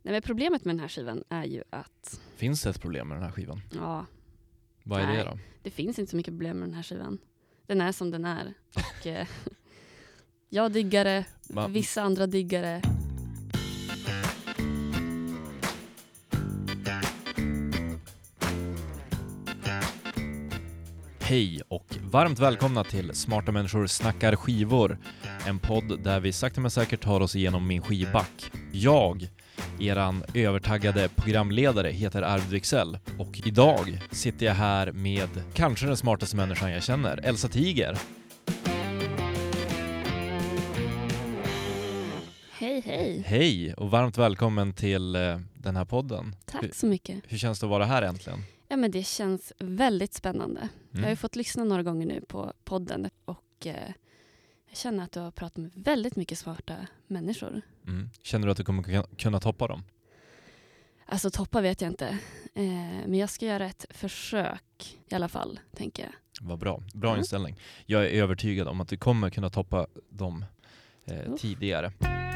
Nej, men problemet med den här skivan är ju att... Finns det ett problem med den här skivan? Ja. Vad är Nej, det då? Det finns inte så mycket problem med den här skivan. Den är som den är. Och, jag diggar det. Vissa andra diggar det. Hej och varmt välkomna till Smarta människor snackar skivor. En podd där vi sakta men säkert tar oss igenom min skivback. Jag, eran övertaggade programledare, heter Arvid Wicksell. Och idag sitter jag här med kanske den smartaste människan jag känner, Elsa Tiger. Hej, hej. Hej och varmt välkommen till den här podden. Tack så mycket. Hur känns det att vara här äntligen? Ja, men det känns väldigt spännande. Jag har ju fått lyssna några gånger nu på podden och jag känner att du har pratat med väldigt mycket smarta människor. Känner du att du kommer kunna toppa dem? Alltså toppa vet jag inte. Men jag ska göra ett försök i alla fall, tänker jag. Vad bra. Bra inställning. Jag är övertygad om att du kommer kunna toppa dem tidigare.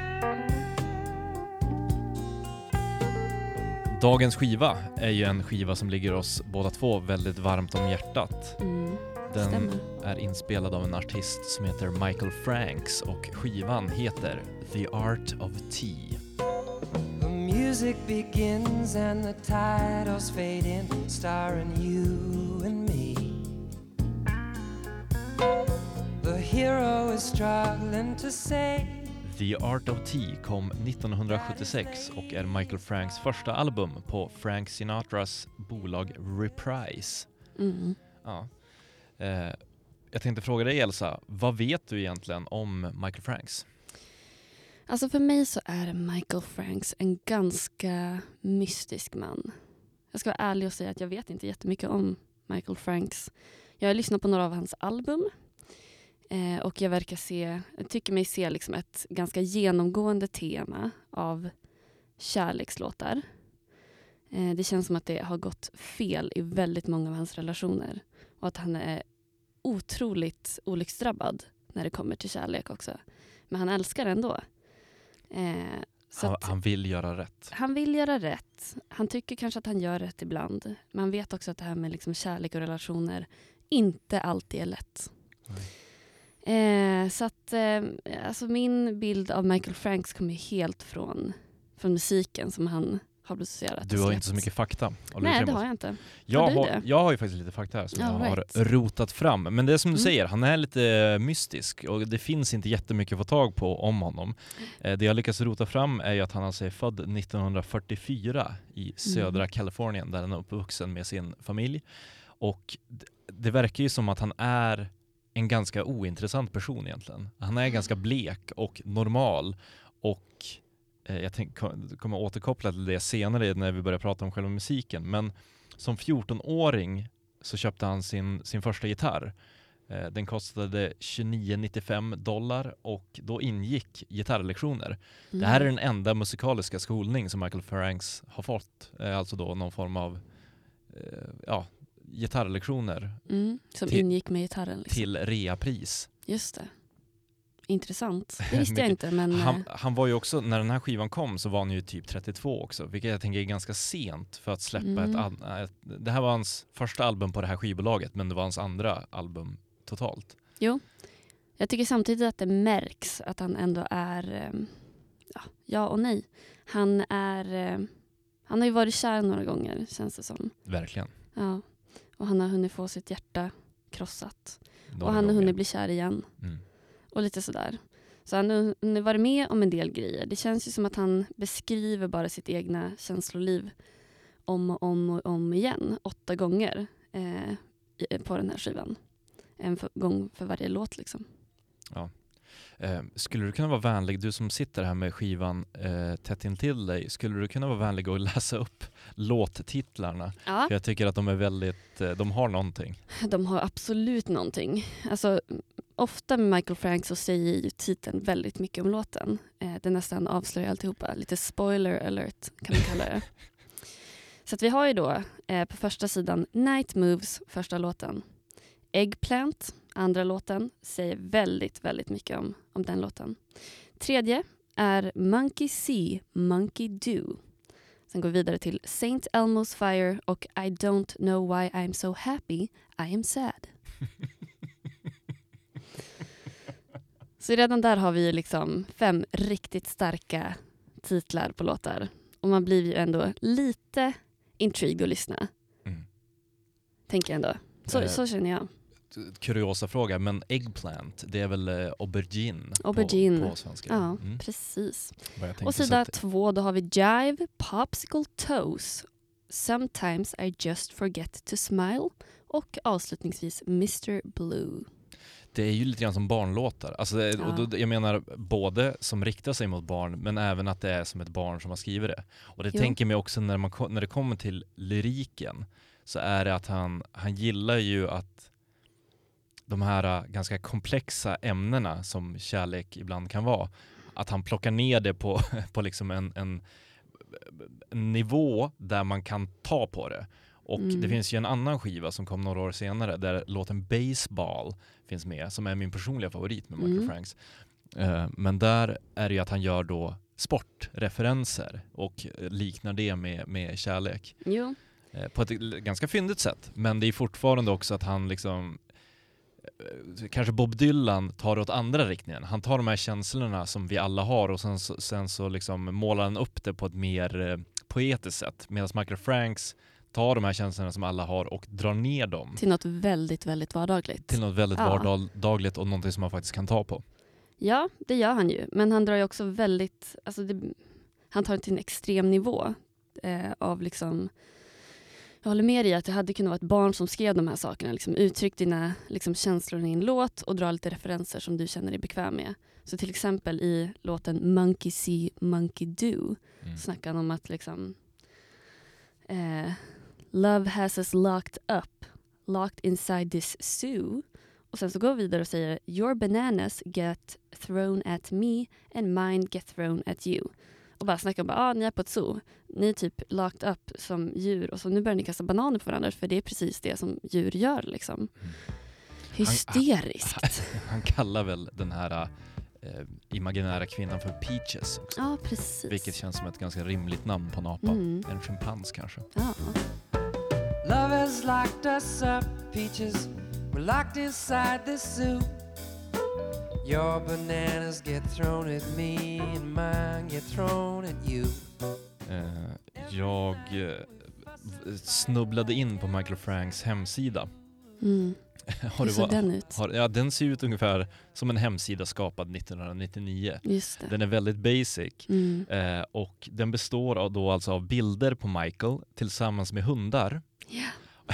Dagens skiva är ju en skiva som ligger oss båda två väldigt varmt om hjärtat. Den stämmer. är inspelad av en artist som heter Michael Franks och skivan heter The Art of Tea. The music begins and the titles fade in, starring you and me. The hero is struggling to say. The Art of Tea kom 1976 och är Michael Franks första album på Frank Sinatras bolag Reprise. Ja. Jag tänkte fråga dig, Elsa, vad vet du egentligen om Michael Franks? Alltså för mig så är Michael Franks en ganska mystisk man. Jag ska vara ärlig och säga att jag vet inte jättemycket om Michael Franks. Jag har lyssnat på några av hans album. Och jag tycker mig se liksom ett ganska genomgående tema av kärlekslåtar. Det känns som att det har gått fel i väldigt många av hans relationer. Och att han är otroligt olycksdrabbad när det kommer till kärlek också. Men han älskar ändå. Han vill göra rätt. Han vill göra rätt. Han tycker kanske att han gör rätt ibland. Men han vet också att det här med liksom kärlek och relationer inte alltid är lätt. Nej. Så att alltså min bild av Michael Franks kommer helt från musiken som han har producerat. Du har inte så mycket fakta. Nej, det har jag inte. Jag har ju faktiskt lite fakta här som jag har rotat fram. Men det är som du säger, han är lite mystisk och det finns inte jättemycket att få tag på om honom. Det jag lyckas rota fram är ju att han alltså är född 1944 i södra Kalifornien där han är uppvuxen med sin familj. Och det verkar ju som att han är en ganska ointressant person egentligen. Han är ganska blek och normal och jag kommer återkoppla till det senare när vi börjar prata om själva musiken. Men som 14-åring så köpte han sin första gitarr. Den kostade $29,95 och då ingick gitarrlektioner. Det här är den enda musikaliska skolning som Michael Franks har fått. Alltså då någon form av gitarrlektioner. Som ingick med gitarren. Liksom. Till reapris. Just det. Intressant. Det visste jag inte. Men han var ju också, när den här skivan kom så var han ju typ 32 också. Vilket jag tänker är ganska sent för att släppa det här var hans första album på det här skivbolaget, men det var hans andra album totalt. Jo. Jag tycker samtidigt att det märks att han ändå är ja och nej. Han har ju varit kär några gånger, känns det som. Verkligen. Ja. Och han har hunnit få sitt hjärta krossat. Några och han har gånger. hunnit bli kär igen. Och lite sådär. Så han har hunnit varit med om en del grejer. Det känns ju som att han beskriver bara sitt egna känsloliv om och om igen. 8 gånger på den här skivan. Gång för varje låt liksom. Ja. Skulle du kunna vara vänlig, du som sitter här med skivan tätt intill dig, skulle du kunna vara vänlig och läsa upp låttitlarna? Ja. För jag tycker att de är väldigt, de har någonting. De har absolut någonting. Alltså, ofta med Michael Franks så säger ju titeln väldigt mycket om låten. Det nästan avslöjar alltihopa. Lite spoiler alert kan man kalla det. Så att vi har ju då på första sidan Night Moves, första låten. Eggplant, andra låten, säger väldigt, väldigt mycket om den låten. Tredje är Monkey See, Monkey Do. Sen går vi vidare till Saint Elmo's Fire och I don't know why I'm so happy, I am sad. Så redan där har vi liksom 5 riktigt starka titlar på låtar. Och man blir ju ändå lite intrigued att lyssna. Tänker jag ändå. Så känner jag. Kuriosa fråga, men eggplant, det är väl aubergine på svenska? Ja, precis. Och sida sida 2 då har vi Jive, Popsicle Toes, Sometimes I just forget to smile och avslutningsvis Mr. Blue. Det är ju lite grann som barnlåtar. Alltså, och då, jag menar både som riktar sig mot barn, men även att det är som ett barn som har skrivit det. Och det tänker mig också när det kommer till lyriken, så är det att han gillar ju att de här ganska komplexa ämnena som kärlek ibland kan vara, att han plockar ner det på liksom en nivå där man kan ta på det. Och det finns ju en annan skiva som kom några år senare där låten Baseball finns med, som är min personliga favorit med Michael Franks. Men där är det ju att han gör då sportreferenser och liknar det med kärlek. Jo. På ett ganska fyndigt sätt. Men det är fortfarande också att han liksom, kanske Bob Dylan tar det åt andra riktningen. Han tar de här känslorna som vi alla har och sen så liksom målar han upp det på ett mer poetiskt sätt. Medan Michael Franks tar de här känslorna som alla har och drar ner dem. Till något väldigt, väldigt vardagligt. Till något väldigt vardagligt och någonting som man faktiskt kan ta på. Ja, det gör han ju. Men han drar ju också väldigt, han tar det till en extrem nivå av liksom, jag håller med i att det hade kunnat vara ett barn som skrev de här sakerna. Liksom, uttryck dina liksom, känslor i en låt och dra lite referenser som du känner dig bekväm med. Så till exempel i låten Monkey See, Monkey Do snackar han om att liksom Love has us locked inside this zoo. Och sen så går vi vidare och säger Your bananas get thrown at me and mine get thrown at you. Och bara snackar om ni är på ett zoo. Ni är typ locked up som djur och så nu börjar ni kasta bananer på varandra för det är precis det som djur gör liksom. Hysteriskt. Han kallar väl den här imaginära kvinnan för Peaches också. Ja, precis. Vilket känns som ett ganska rimligt namn på en apa. En schimpans kanske. Ja. Love has locked us up, Peaches. We're locked inside the zoo. Your bananas get thrown at me and mine get thrown at you. Jag snubblade in på Michael Franks hemsida. Hur ser den ut? Den ser ut ungefär som en hemsida skapad 1999. Just det. Den är väldigt basic. Och den består då alltså av bilder på Michael tillsammans med hundar. Yeah.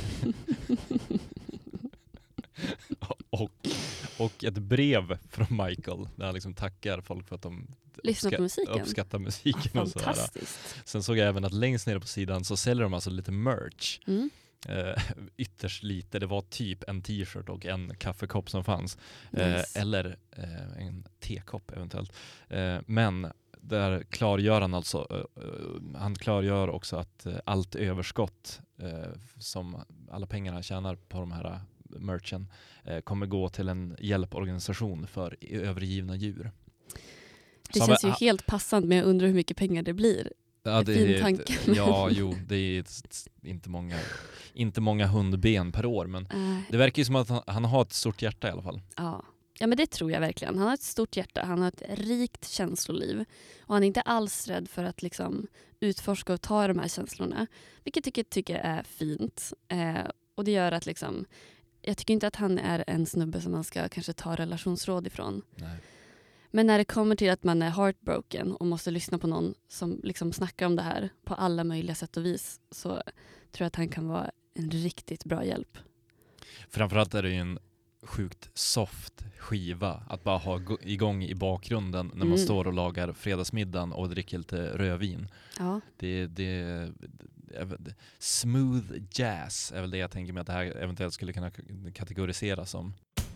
och ett brev från Michael där han liksom tackar folk för att de uppskattar musiken. Och fantastiskt. Sen såg jag även att längst ner på sidan så säljer de alltså lite merch. Ytterst lite. Det var typ en t-shirt och en kaffekopp som fanns. Nice. Eller en tekopp eventuellt. Men där klargör han alltså, han klargör också att allt överskott som alla pengar han tjänar på de här merchen kommer gå till en hjälporganisation för övergivna djur. Det känns ju helt passande, men jag undrar hur mycket pengar det blir. Ja, det är inte många hundben per år, men det verkar ju som att han har ett stort hjärta i alla fall. Ja, men det tror jag verkligen. Han har ett stort hjärta, han har ett rikt känsloliv och han är inte alls rädd för att liksom utforska och ta de här känslorna, vilket jag tycker är fint. Och det gör att liksom, jag tycker inte att han är en snubbe som man ska kanske ta relationsråd ifrån. Nej. Men när det kommer till att man är heartbroken och måste lyssna på någon som liksom snackar om det här på alla möjliga sätt och vis, så tror jag att han kan vara en riktigt bra hjälp. Framförallt är det ju en sjukt soft skiva att bara ha igång i bakgrunden när man står och lagar fredagsmiddagen och dricker lite rödvin. Ja. Det smooth jazz är väl det jag tänker mig att det här eventuellt skulle kunna kategoriseras som.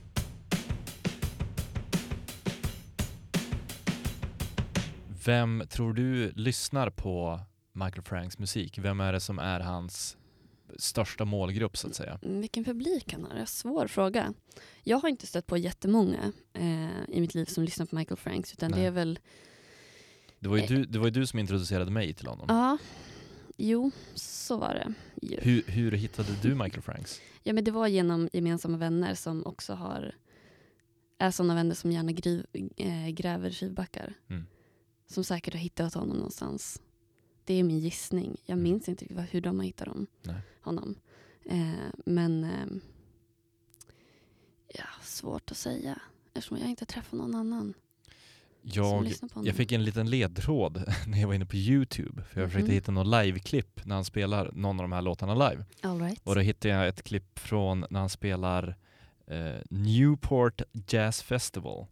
Vem tror du lyssnar på Michael Franks musik? Vem är det som är hans största målgrupp så att säga? Vilken publik han har? Det är en svår fråga. Jag har inte stött på jättemånga i mitt liv som lyssnar på Michael Franks, utan det är väl... Det var ju du som introducerade mig till honom. Ja, Jo, så var det ju. Hur hittade du Michael Franks? Ja, men det var genom gemensamma vänner som också är sådana vänner som gärna gräver skivbackar. Som säkert har hittat honom någonstans. Det är min gissning. Jag minns inte hur de har hittat honom. Men svårt att säga. Eftersom jag inte träffat någon annan. Jag fick en liten ledtråd när jag var inne på YouTube. För jag försökte hitta någon live-klipp när han spelar någon av de här låtarna live. All right. Och då hittade jag ett klipp från när han spelar Newport Jazz Festival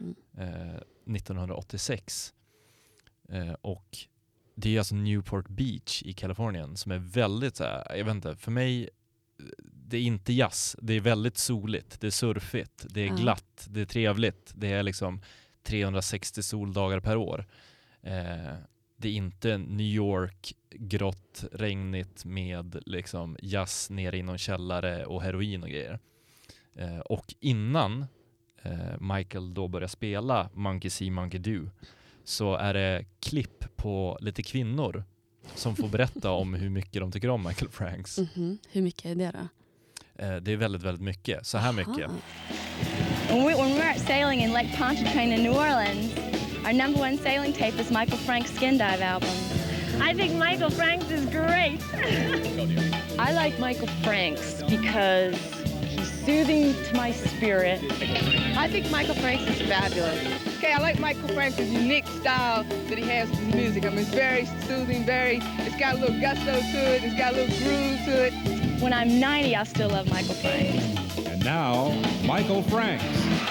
1986. Och det är alltså Newport Beach i Kalifornien som är väldigt så här, jag vet inte, för mig det är inte jazz, det är väldigt soligt, det är surfigt, det är glatt, det är trevligt, det är liksom 360 soldagar per år. Det är inte New York grått, regnigt med liksom jazz nere i någon källare och heroin och grejer. Och innan Michael då börjar spela Monkey See Monkey Do så är det klipp på lite kvinnor som får berätta om hur mycket de tycker om Michael Franks. Hur mycket är det då? Det är väldigt, väldigt mycket. Så här mycket. When we were sailing in Lake Pontchartrain in New Orleans, our #1 sailing tape was Michael Frank's Skin Dive album. I think Michael Franks is great. I like Michael Franks because he's soothing to my spirit. I think Michael Franks is fabulous. Okay, I like Michael Franks' unique style that he has with music. I mean, it's very soothing, it's got a little gusto to it, it's got a little groove to it. When I'm 90, I still love Michael Franks. And now, Michael Franks.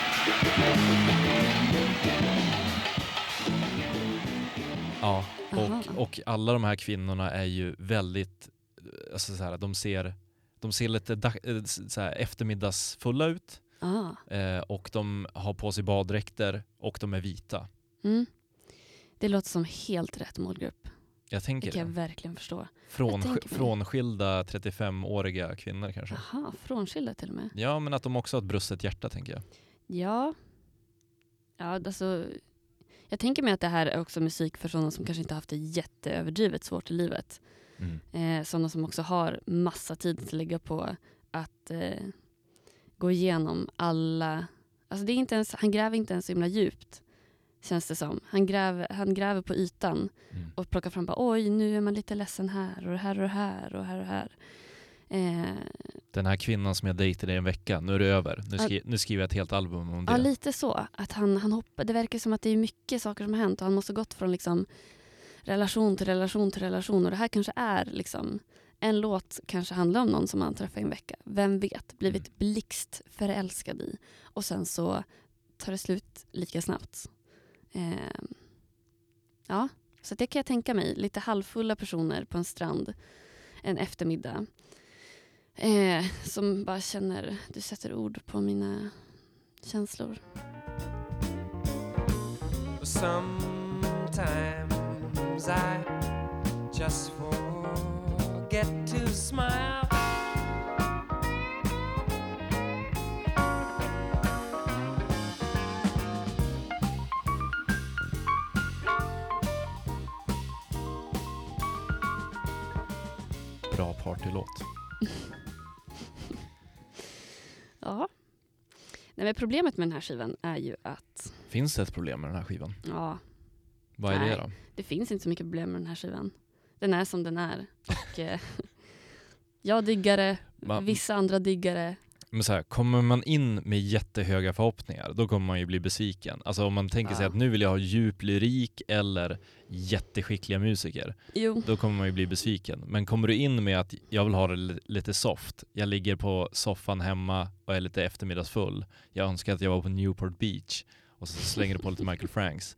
Ja, och alla de här kvinnorna är ju väldigt, alltså så här, de ser lite så här eftermiddagsfulla ut. Och de har på sig baddräkter och de är vita. Det låter som helt rätt målgrupp. Jag tänker det kan jag verkligen förstå. Frånskilda 35-åriga kvinnor kanske. Jaha, frånskilda till och med. Ja, men att de också har ett brustet hjärta, tänker jag. Ja, alltså jag tänker mig att det här är också musik för sådana som kanske inte haft det jätteöverdrivet svårt i livet. Sådana som också har massa tid att lägga på att gå igenom alla. Alltså det är inte ens, han gräver inte ens så himla djupt, känns det som. Han gräver på ytan och plockar fram bara, oj, nu är man lite ledsen här och här och här och här och här. Den här kvinnan som jag dejtade i en vecka, nu är det över. Nu skriver jag ett helt album om det. Ja, lite så. Att han hoppar. Det verkar som att det är mycket saker som har hänt och han måste gått från liksom relation till relation till relation. Och det här kanske är liksom en låt kanske handlar om någon som han träffar i en vecka. Vem vet? Blivit blixtförälskad i. Och sen så tar det slut lika snabbt. Ja, så det kan jag tänka mig. Lite halvfulla personer på en strand en eftermiddag. Som bara känner, du sätter ord på mina känslor. Sometimes I just forget to smile. Bra partylåt. Ja. Nej, men problemet med den här skivan är ju att... Finns det ett problem med den här skivan? Ja. Vad är det då? Det finns inte så mycket problem med den här skivan. Den är som den är. Och jag diggar det. Vissa andra diggar det. Men så här, kommer man in med jättehöga förhoppningar, då kommer man ju bli besviken. Alltså om man tänker sig att nu vill jag ha djup lyrik eller jätteskickliga musiker, då kommer man ju bli besviken. Men kommer du in med att jag vill ha det lite soft, jag ligger på soffan hemma och är lite eftermiddagsfull, jag önskar att jag var på Newport Beach och så slänger du på lite Michael Franks,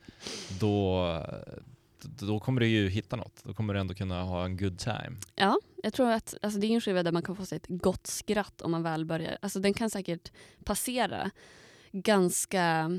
då kommer du ju hitta något. Då kommer du ändå kunna ha en good time. Ja, jag tror att alltså, det är en skiva där man kan få sig ett gott skratt om man väl börjar. Alltså den kan säkert passera ganska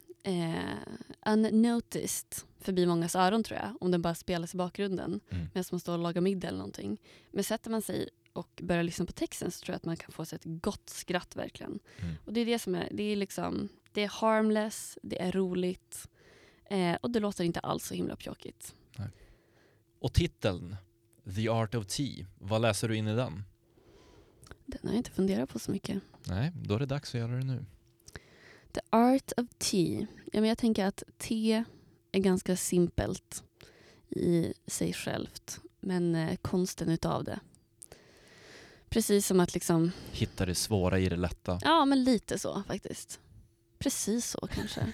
unnoticed förbi mångas öron, tror jag. Om den bara spelas i bakgrunden medan man står och lagar middag eller någonting. Men sätter man sig och börjar lyssna på texten så tror jag att man kan få sig ett gott skratt verkligen. Och det är det som är, det är liksom, det är harmless, det är roligt. Och det låter inte alls så himla pjåkigt. Nej. Och titeln The Art of Tea. Vad läser du in i den? Den har jag inte funderat på så mycket. Nej, då är det dags att göra det nu. The Art of Tea. Ja, men jag tänker att te är ganska simpelt i sig självt. Men konsten utav det. Precis som att liksom... Hitta det svåra i det lätta. Ja, men lite så faktiskt. Precis så kanske.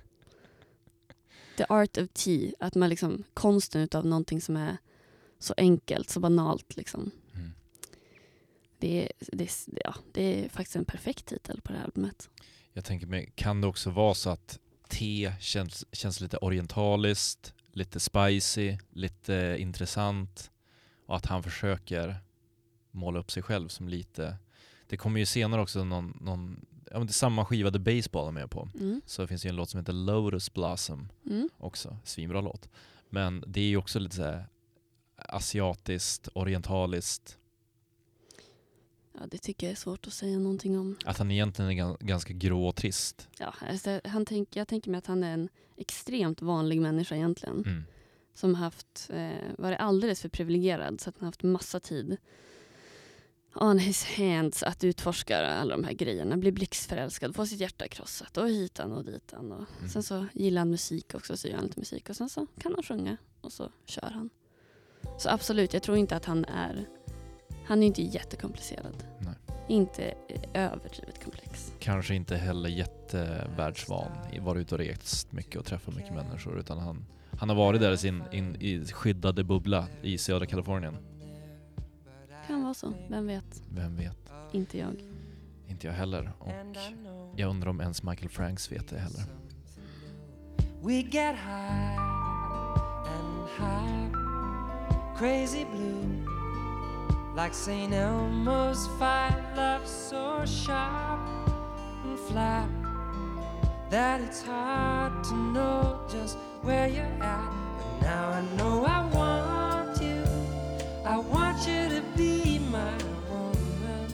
The Art of Tea. Att man liksom... Konsten utav någonting som är så enkelt, så banalt liksom. Mm. Det är faktiskt en perfekt titel på det här albumet. Jag tänker mig, kan det också vara så att te känns lite orientaliskt, lite spicy, lite intressant och att han försöker måla upp sig själv som lite... Det kommer ju senare också någon det är samma skiva The Baseball är med på. Så det finns ju en låt som heter Lotus Blossom också, svinbra låt. Men det är ju också lite så här asiatiskt, orientaliskt. Ja, det tycker jag är svårt att säga någonting om. Att han egentligen är ganska grå och trist. Ja, alltså, jag tänker mig att han är en extremt vanlig människa egentligen. Som haft, varit alldeles för privilegierad så att han haft massa tid on his hands att utforska alla de här grejerna. Bli blixtförälskad, få sitt hjärta krossat och hitan och ditan. Och sen så gillar han musik också, så gör han lite musik. Och sen så kan han sjunga och så kör han. Så absolut, jag tror inte att han är inte jättekomplicerad. Nej. Inte överdrivet komplex. Kanske inte heller jättevärldsvan. Varit ute och rest mycket och träffat mycket människor. Utan han har varit där i skyddade bubbla i södra Kalifornien. Kan vara så, vem vet? Vem vet? Inte jag. Inte jag heller. Och jag undrar om ens Michael Franks vet det heller. We get high and high, crazy blue, like St. Elmo's fire, love so sharp and flat that it's hard to know just where you're at. But now I know I want you to be my woman.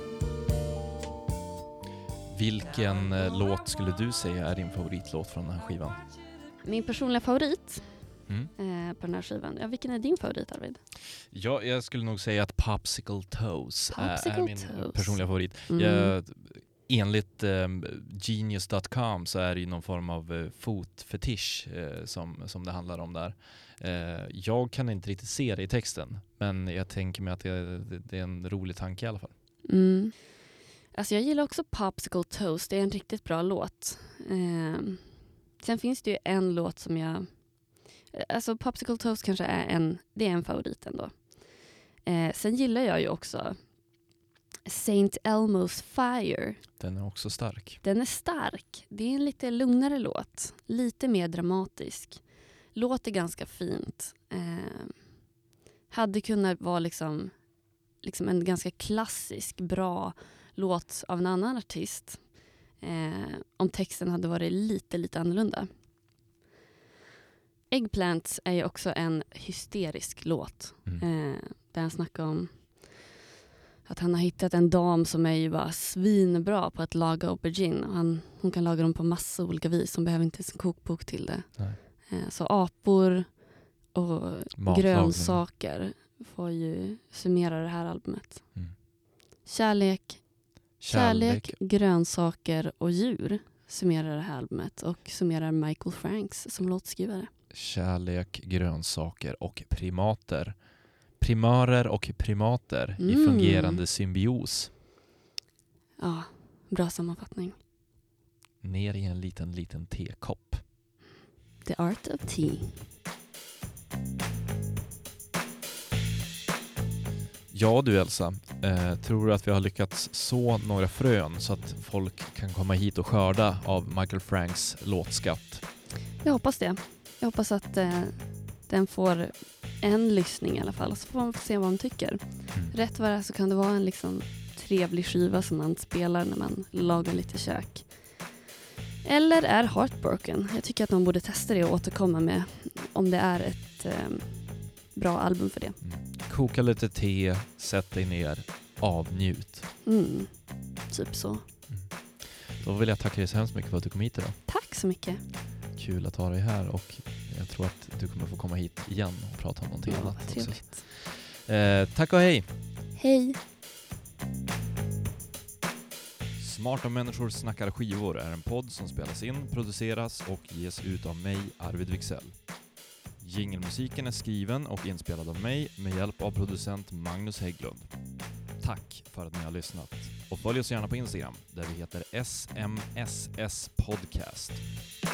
Vilken låt skulle du säga är din favoritlåt från den här skivan? Min personliga favorit på den här skivan. Ja, vilken är din favorit, Arvid? Ja, jag skulle nog säga att Popsicle Toes är min personliga favorit. Enligt Genius.com så är det någon form av fotfetisch som det handlar om där. Jag kan inte riktigt se det i texten, men jag tänker mig att det är en rolig tanke i alla fall. Alltså jag gillar också Popsicle Toes. Det är en riktigt bra låt. Sen finns det ju en låt som jag... Alltså Popsicle Toes kanske är en favorit ändå. Sen gillar jag ju också St. Elmo's Fire. Den är också stark. Den är stark. Det är en lite lugnare låt. Lite mer dramatisk. Låter ganska fint. Hade kunnat vara liksom en ganska klassisk, bra låt av en annan artist. Om texten hade varit lite annorlunda. Eggplant är ju också en hysterisk låt. Där han snackar om att han har hittat en dam som är ju bara svinbra på att laga aubergine. Och hon kan laga dem på massa olika vis. Hon behöver inte ens en kokbok till det. Så apor och grönsaker får ju summera det här albumet. Kärlek, grönsaker och djur summerar det här albumet. Och summerar Michael Franks som låtskrivare. Kärlek, grönsaker och primater. Primörer och primater i fungerande symbios. Ja, bra sammanfattning. Ner i en liten tekopp. The Art of Tea. Ja du Elsa, tror du att vi har lyckats så några frön så att folk kan komma hit och skörda av Michael Franks låtskatt? Jag hoppas det. Jag hoppas att den får en lyssning i alla fall. Och så får man se vad man tycker. Rätt vad det är så kan det vara en liksom trevlig skiva som man spelar när man lagar lite kök. Eller är heartbroken. Jag tycker att man borde testa det och återkomma med om det är ett bra album för det. Koka lite te, sätt dig ner, avnjut. Typ så. Då vill jag tacka dig så hemskt mycket för att du kom hit idag. Tack så mycket. Kul att ha dig här och jag tror att du kommer få komma hit igen och prata om någonting annat trevligt. också. Tack och hej! Hej! Smarta människor snackar skivor är en podd som spelas in, produceras och ges ut av mig, Arvid Wiksell. Jingelmusiken är skriven och inspelad av mig med hjälp av producent Magnus Hägglund. Tack för att ni har lyssnat. Och följ oss gärna på Instagram där vi heter SMSS Podcast.